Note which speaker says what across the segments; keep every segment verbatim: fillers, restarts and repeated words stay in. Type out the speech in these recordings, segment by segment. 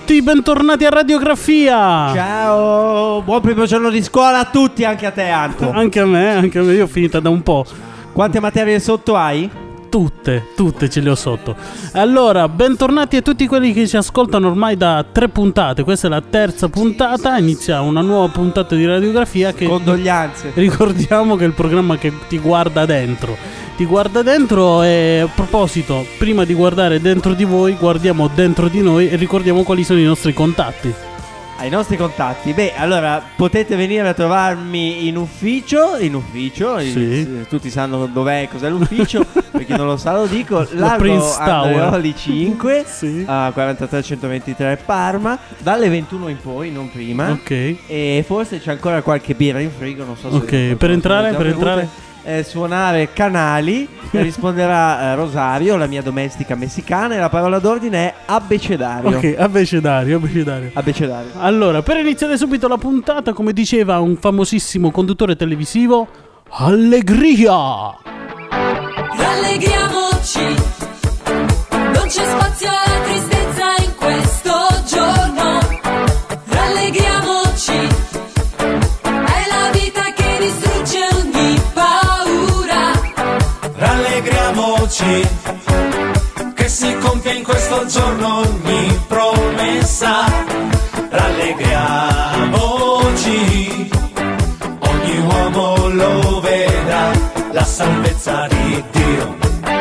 Speaker 1: tutti, bentornati a Radiografia.
Speaker 2: Ciao, buon primo giorno di scuola a tutti, anche a te Anto.
Speaker 1: Anche a me, anche a me, io ho finita da un po'.
Speaker 2: Quante materie sotto hai?
Speaker 1: Tutte, tutte ce le ho sotto. Allora, bentornati a tutti quelli che ci ascoltano ormai da tre puntate. Questa è la terza puntata, inizia una nuova puntata di Radiografia che...
Speaker 2: Condoglianze.
Speaker 1: Ricordiamo che è il programma che ti guarda dentro. Ti guarda dentro e a proposito, prima di guardare dentro di voi, guardiamo dentro di noi e ricordiamo quali sono i nostri contatti.
Speaker 2: Ai nostri contatti? Beh, allora potete venire a trovarmi in ufficio. In ufficio,
Speaker 1: sì.
Speaker 2: in, tutti sanno dov'è, cos'è l'ufficio. Per chi non lo sa lo dico.
Speaker 1: La Prince Tower
Speaker 2: Andreoli cinque,
Speaker 1: sì.
Speaker 2: a quarantatré centoventitré Parma, dalle ventuno in poi, non prima.
Speaker 1: Ok.
Speaker 2: E forse c'è ancora qualche birra in frigo, non so se...
Speaker 1: Ok, per entrare, per entrare...
Speaker 2: Eh, suonare canali e risponderà eh, Rosario, la mia domestica messicana, e la parola d'ordine è abbecedario.
Speaker 1: Ok, abbecedario, abbecedario.
Speaker 2: Abbecedario.
Speaker 1: Allora, per iniziare subito la puntata, come diceva un famosissimo conduttore televisivo, allegria!
Speaker 3: Rallegriamoci, non c'è spazio alla tristezza in questo giorno. Rallegriamoci, è la vita che distrugge ogni paura.
Speaker 4: Rallegriamoci, che si compie in questo giorno ogni promessa. Rallegriamoci, ogni uomo lo vedrà, la salvezza di Dio.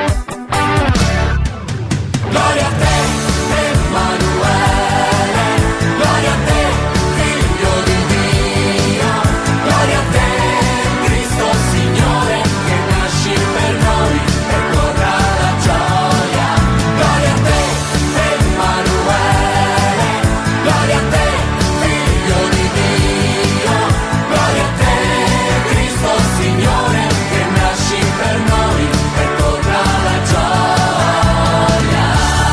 Speaker 4: Gloria a te, Emanuele, gloria a te, figlio di Dio, gloria a te, Cristo Signore, che nasci per noi e corra la gioia. Gloria a te, Emanuele, gloria a te, figlio di Dio, gloria a te, Cristo Signore, che nasci per noi e corra la gioia.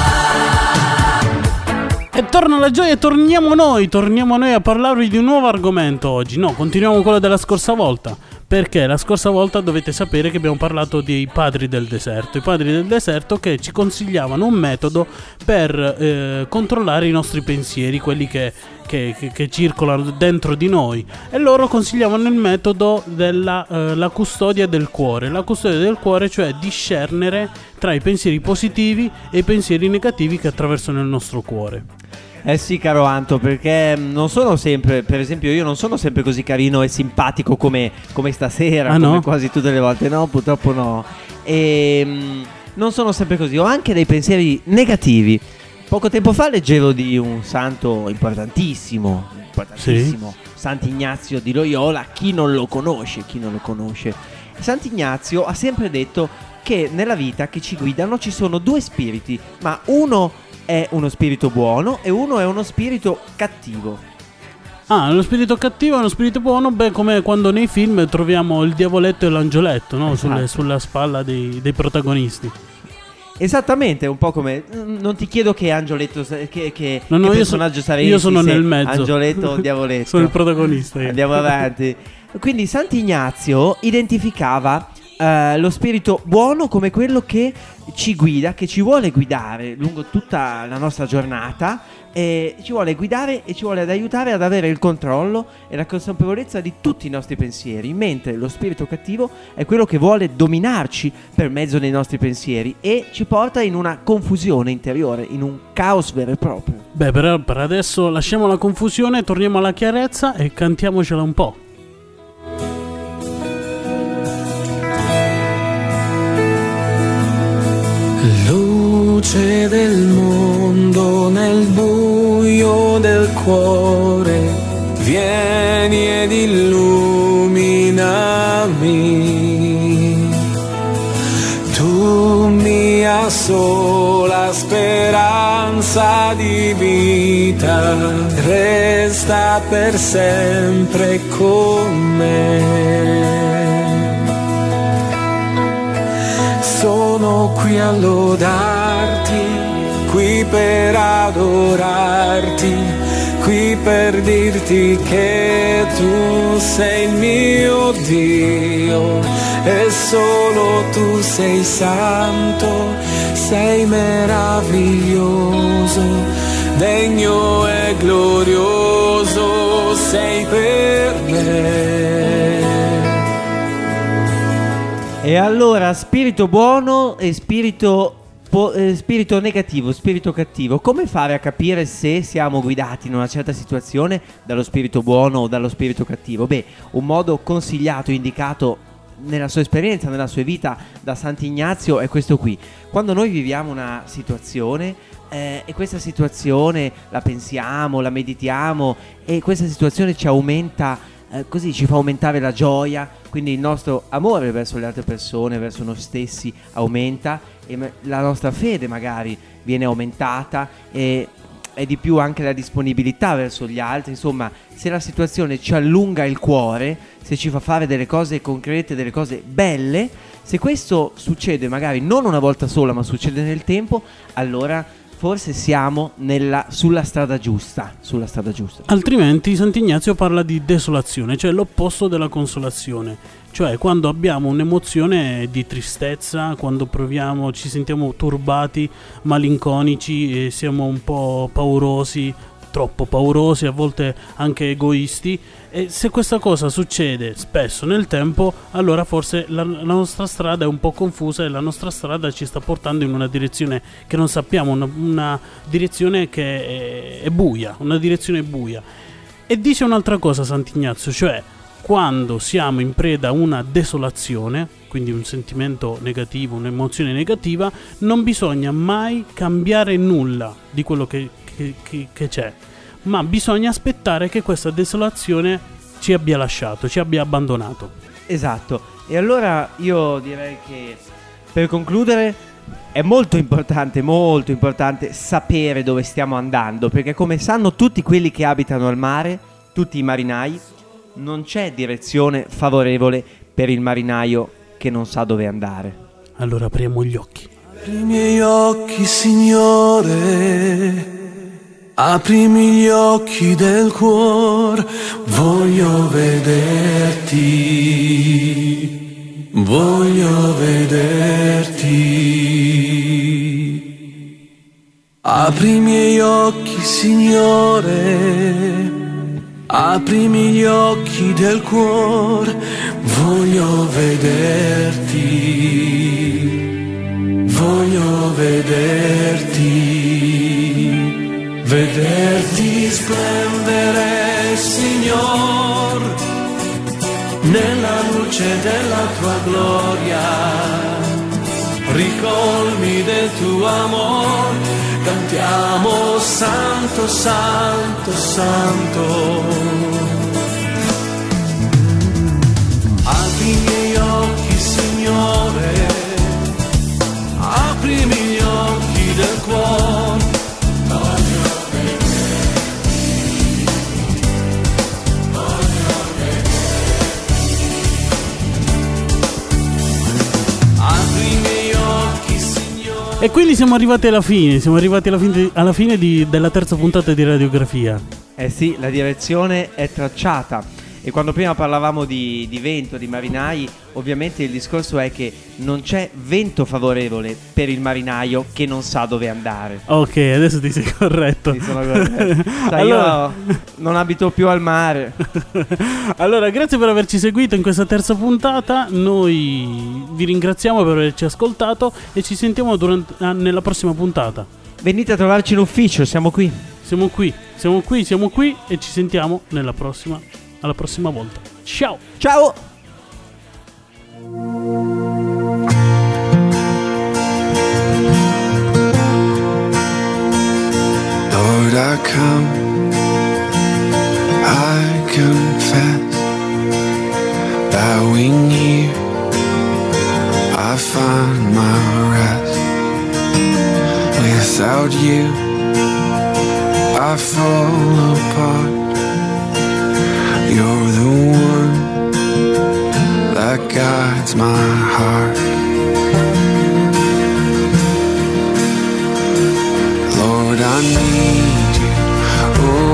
Speaker 1: E torna la gioia e torniamo noi, torniamo noi a parlarvi di un nuovo argomento oggi. No, continuiamo quello della scorsa volta. Perché la scorsa volta dovete sapere che abbiamo parlato dei padri del deserto. I padri del deserto che ci consigliavano un metodo per eh, controllare i nostri pensieri, quelli che, che, che, che circolano dentro di noi. E loro consigliavano il metodo della eh, la custodia del cuore. La custodia del cuore, cioè discernere tra i pensieri positivi e i pensieri negativi che attraversano il nostro cuore.
Speaker 2: Eh sì, caro Anto, perché non sono sempre, per esempio io non sono sempre così carino e simpatico come, come stasera,
Speaker 1: ah,
Speaker 2: come
Speaker 1: no?
Speaker 2: quasi tutte le volte. No, purtroppo no. E mh, non sono sempre così, ho anche dei pensieri negativi. Poco tempo fa leggevo di un santo importantissimo, importantissimo, sì. Sant'Ignazio di Loyola. Chi non lo conosce, chi non lo conosce. Sant'Ignazio ha sempre detto che nella vita che ci guidano ci sono due spiriti, ma uno è uno spirito buono e uno è uno spirito cattivo.
Speaker 1: Ah, lo spirito cattivo e uno spirito buono, beh, come quando nei film troviamo il diavoletto e l'angioletto, no?
Speaker 2: Esatto.
Speaker 1: Sulle, sulla spalla dei, dei protagonisti.
Speaker 2: Esattamente, un po' come... Non ti chiedo che angioletto, che, che,
Speaker 1: no, no,
Speaker 2: che
Speaker 1: io
Speaker 2: personaggio
Speaker 1: so,
Speaker 2: saresti.
Speaker 1: Io sono nel mezzo.
Speaker 2: Angioletto o diavoletto.
Speaker 1: Sono il protagonista io.
Speaker 2: Andiamo avanti. Quindi Sant'Ignazio identificava Uh, lo spirito buono come quello che ci guida, che ci vuole guidare lungo tutta la nostra giornata, e ci vuole guidare e ci vuole ad aiutare ad avere il controllo e la consapevolezza di tutti i nostri pensieri, mentre lo spirito cattivo è quello che vuole dominarci per mezzo dei nostri pensieri e ci porta in una confusione interiore, in un caos vero e proprio.
Speaker 1: Beh, però per adesso lasciamo la confusione, torniamo alla chiarezza e cantiamocela un po'.
Speaker 4: Luce del mondo nel buio del cuore, vieni ed illuminami. Tu mia sola speranza di vita, resta per sempre con me. Sono qui a lodarti, qui per adorarti, qui per dirti che tu sei il mio Dio e solo tu sei santo, sei meraviglioso, degno e glorioso sei per me.
Speaker 2: E allora, spirito buono e spirito, po- eh, spirito negativo, spirito cattivo. Come fare a capire se siamo guidati in una certa situazione dallo spirito buono o dallo spirito cattivo? Beh, un modo consigliato, indicato nella sua esperienza, nella sua vita da Sant'Ignazio è questo qui. Quando noi viviamo una situazione eh, e questa situazione la pensiamo, la meditiamo e questa situazione ci aumenta, eh, così ci fa aumentare la gioia, quindi il nostro amore verso le altre persone, verso noi stessi aumenta e me- la nostra fede magari viene aumentata e, e di più anche la disponibilità verso gli altri. Insomma, se la situazione ci allunga il cuore, se ci fa fare delle cose concrete, delle cose belle, se questo succede magari non una volta sola ma succede nel tempo, allora forse siamo nella, sulla strada giusta, sulla strada giusta.
Speaker 1: Altrimenti Sant'Ignazio parla di desolazione, cioè l'opposto della consolazione, cioè quando abbiamo un'emozione di tristezza, quando proviamo, ci sentiamo turbati, malinconici, e siamo un po' paurosi, troppo paurosi, a volte anche egoisti, e se questa cosa succede spesso nel tempo, allora forse la, la nostra strada è un po' confusa e la nostra strada ci sta portando in una direzione che non sappiamo, una, una direzione che è, è buia, una direzione buia. E dice un'altra cosa Sant'Ignazio, cioè quando siamo in preda a una desolazione, quindi un sentimento negativo, un'emozione negativa, non bisogna mai cambiare nulla di quello che Che, che, che c'è, ma bisogna aspettare che questa desolazione ci abbia lasciato, ci abbia abbandonato.
Speaker 2: Esatto. E allora io direi che per concludere è molto importante, molto importante sapere dove stiamo andando, perché come sanno tutti quelli che abitano al mare, tutti i marinai, non c'è direzione favorevole per il marinaio che non sa dove andare.
Speaker 1: Allora apriamo gli occhi.
Speaker 4: Apri i miei occhi, Signore, aprimi gli occhi del cuore, voglio vederti, voglio vederti. Apri i miei occhi, Signore, aprimi gli occhi del cuore, voglio vederti, voglio vederti. Vederti splendere, Signor, nella luce della tua gloria, ricolmi del tuo amor, cantiamo santo, santo, santo. Apri i miei occhi, Signore, aprimi gli occhi del cuore,
Speaker 1: E quindi siamo arrivati alla fine, siamo arrivati alla fine, alla fine di, della terza puntata di Radiografia.
Speaker 2: Eh sì, la direzione è tracciata. E quando prima parlavamo di, di vento, di marinai, ovviamente il discorso è che non c'è vento favorevole per il marinaio che non sa dove andare.
Speaker 1: Ok, adesso ti sei corretto.
Speaker 2: Mi sono corretto. Sai,
Speaker 1: Allora-
Speaker 2: io non abito più al mare.
Speaker 1: Allora, grazie per averci seguito in questa terza puntata. Noi vi ringraziamo per averci ascoltato e ci sentiamo durante, ah, nella prossima puntata.
Speaker 2: Venite a trovarci in ufficio, siamo qui.
Speaker 1: Siamo qui, siamo qui, siamo qui e ci sentiamo nella prossima, alla prossima volta. Ciao!
Speaker 2: Ciao!
Speaker 5: Lord, I come, I confess, bowing here, I find my rest. Without you, I fall apart. You're the one that guides my heart. Lord, I need you. Oh,